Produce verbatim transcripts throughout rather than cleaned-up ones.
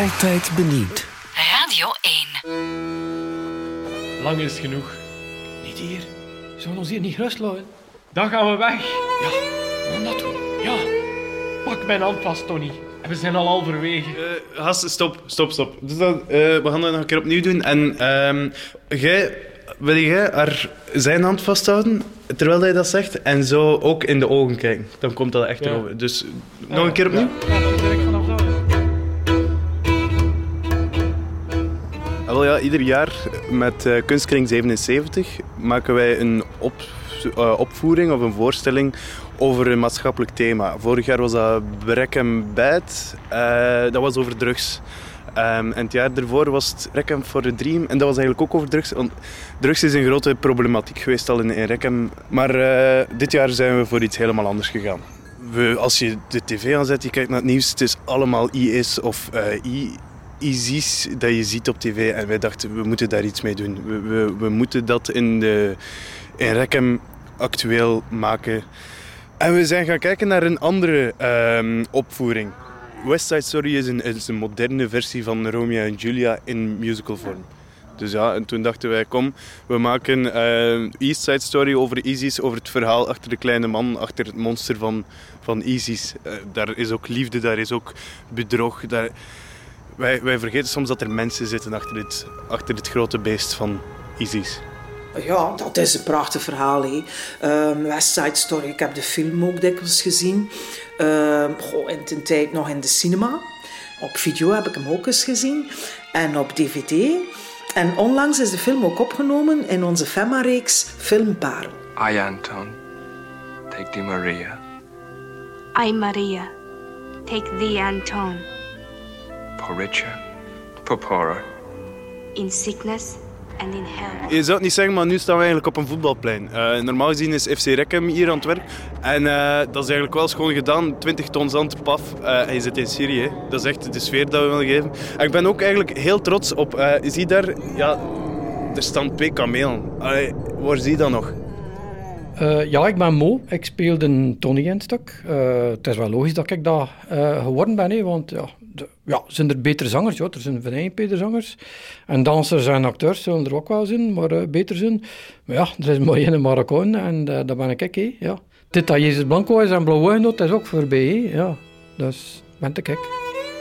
Altijd benieuwd. Radio één. Lang is genoeg. Niet hier. Zullen we ons hier niet gerust laten? Dan gaan we weg. Ja, we gaan dat doen. Ja. Pak mijn hand vast, Tony. We zijn al halverwege. Uh, Gast, stop, stop, stop. Dus dat, uh, we gaan dat nog een keer opnieuw doen. En uh, jij, wil jij haar zijn hand vasthouden, terwijl hij dat zegt, en zo ook in de ogen kijken. Dan komt dat echt ja. erover. Dus nog uh, een keer opnieuw. Ja, ja, direct vanaf daar. Ah, wel ja, ieder jaar met uh, Kunstkring zevenenzeventig maken wij een op, uh, opvoering of een voorstelling over een maatschappelijk thema. Vorig jaar was dat Brek en Bijt. Uh, dat was over drugs. Um, en het jaar daarvoor was het Requiem for a Dream. En dat was eigenlijk ook over drugs. Want drugs is een grote problematiek geweest al in, in Requiem. Maar uh, dit jaar zijn we voor iets helemaal anders gegaan. We, als je de tv aanzet, je kijkt naar het nieuws, het is allemaal I S of uh, I... ISIS dat je ziet op tv. En wij dachten, we moeten daar iets mee doen. We, we, we moeten dat in, de, in Requiem actueel maken. En we zijn gaan kijken naar een andere um, opvoering. West Side Story is een, is een moderne versie van Romeo en Julia in musicalvorm. Dus ja, en toen dachten wij, kom, we maken uh, East Side Story over ISIS, over het verhaal achter de kleine man, achter het monster van, van ISIS. Uh, daar is ook liefde, daar is ook bedrog. Daar... Wij, wij vergeten soms dat er mensen zitten achter het, achter het grote beest van ISIS. Ja, dat is een prachtig verhaal. Hè. Um, West Side Story, ik heb de film ook dikwijls gezien. Um, goh, in de tijd nog in de cinema. Op video heb ik hem ook eens gezien. En op D V D. En onlangs is de film ook opgenomen in onze Femma-reeks Filmparel. I, Anton, take thee Maria. I, Maria, take thee Anton. For richer, for poorer. In sickness and in health. Je zou het niet zeggen, maar nu staan we eigenlijk op een voetbalplein. Uh, normaal gezien is F C Requiem hier aan het werk. En uh, dat is eigenlijk wel schoon gedaan. twintig ton zand, paf. Uh, en je zit in Syrië. Hè. Dat is echt de sfeer dat we willen geven. En ik ben ook eigenlijk heel trots op... Uh, je ziet daar... Ja, er staan twee kamelen. Allee, waar zie je dat nog? Uh, ja, ik ben Mo. Ik speelde Tony in het stuk. Uh, het is wel logisch dat ik dat uh, geworden ben, hè, want ja, de, ja, zijn er betere zangers? Ja, er zijn van één betere zangers. En dansers en acteurs zullen er ook wel zijn, maar uh, beter zijn. Maar ja, er is maar één Marokkaan en uh, dat ben ik, hè, ja. Dit dat Jezus Blanco is en Blauw dat is ook voorbij, hè, ja. Dus ben ik, ik.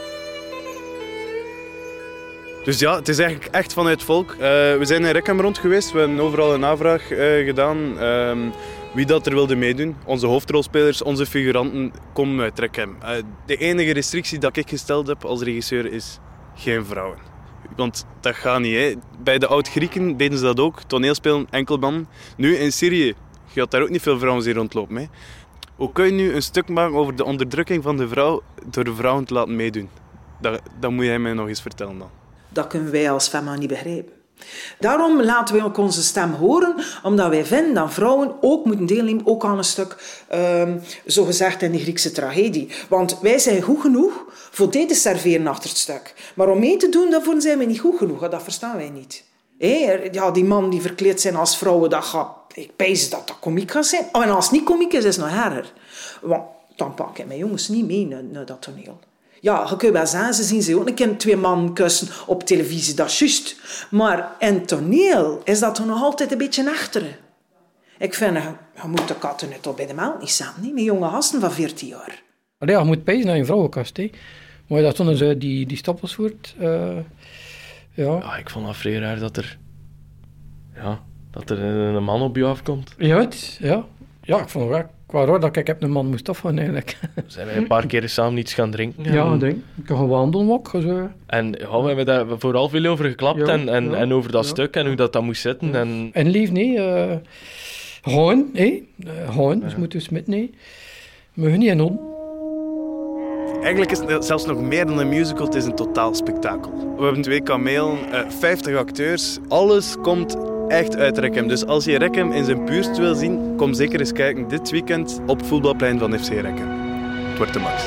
Dus ja, het is eigenlijk echt vanuit het volk. Uh, we zijn in Requiem rond geweest. We hebben overal een navraag uh, gedaan. Uh, wie dat er wilde meedoen. Onze hoofdrolspelers, onze figuranten komen uit Requiem. Uh, de enige restrictie dat ik gesteld heb als regisseur is geen vrouwen. Want dat gaat niet. Hè. Bij de Oud-Grieken deden ze dat ook. Toneelspelen, enkel man. Nu in Syrië gaat daar ook niet veel vrouwen zien rondlopen. Hè. Hoe kun je nu een stuk maken over de onderdrukking van de vrouw door de vrouwen te laten meedoen? Dat, dat moet jij mij nog eens vertellen dan. Dat kunnen wij als Femma niet begrijpen. Daarom laten wij ook onze stem horen, omdat wij vinden dat vrouwen ook moeten deelnemen, ook aan een stuk, um, zogezegd in de Griekse tragedie. Want wij zijn goed genoeg voor dit te serveren achter het stuk. Maar om mee te doen, daarvoor zijn we niet goed genoeg. Dat verstaan wij niet. Hey, ja, die man die verkleed zijn als vrouwen, dat gaat, ik pijs dat dat komiek gaat zijn. Oh, en als het niet komiek is, is het nog erger. Want dan pak ik mijn jongens niet mee naar, naar dat toneel. Ja, je kunt wel zeggen, ze zien ze ook een keer twee man kussen op televisie, dat is juist. Maar in toneel is dat toch nog altijd een beetje achteren. Ik vind, je, je moet de katten net op bij de melk niet samen, niet? Met jonge gasten van veertien jaar. Allee, je moet pijzen naar je vrouwenkast, hè. Maar je dat toen eens die, die stappels voert, uh, ja. Ja, ik vond dat vrij raar dat er... Ja, dat er een man op je afkomt. Ja, het, ja. Ja, ik vond het wel... Qua raar dat ik heb een man moest afgaan, eigenlijk. Zijn wij een paar keer samen iets gaan drinken? En... Ja, drink. Ik kan gewoon wandelen ook. Zo. En ja, we hebben daar vooral veel over geklapt ja, en, en, ja, en over dat ja, stuk en hoe dat, dat moest zitten. Ja. En... en lief, nee. Uh, gewoon, hé. Uh, gewoon, dus ja. Moeten we smitten, nee. We gaan niet in on. Eigenlijk is het zelfs nog meer dan een musical, het is een totaal spektakel. We hebben twee kamelen, uh, vijftig acteurs. Alles komt echt uit Requiem. Dus als je Requiem in zijn puurst wil zien, kom zeker eens kijken dit weekend op voetbalplein van F C Requiem. Het wordt de max.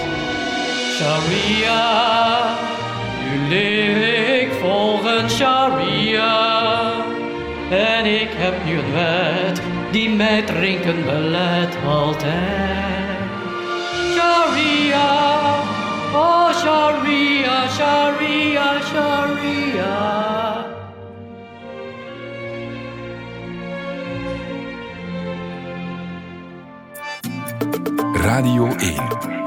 Sharia, nu leef ik volgens Sharia. En ik heb nu een wet die mij drinken belet altijd. Sharia, oh Sharia, Sharia. Radio één.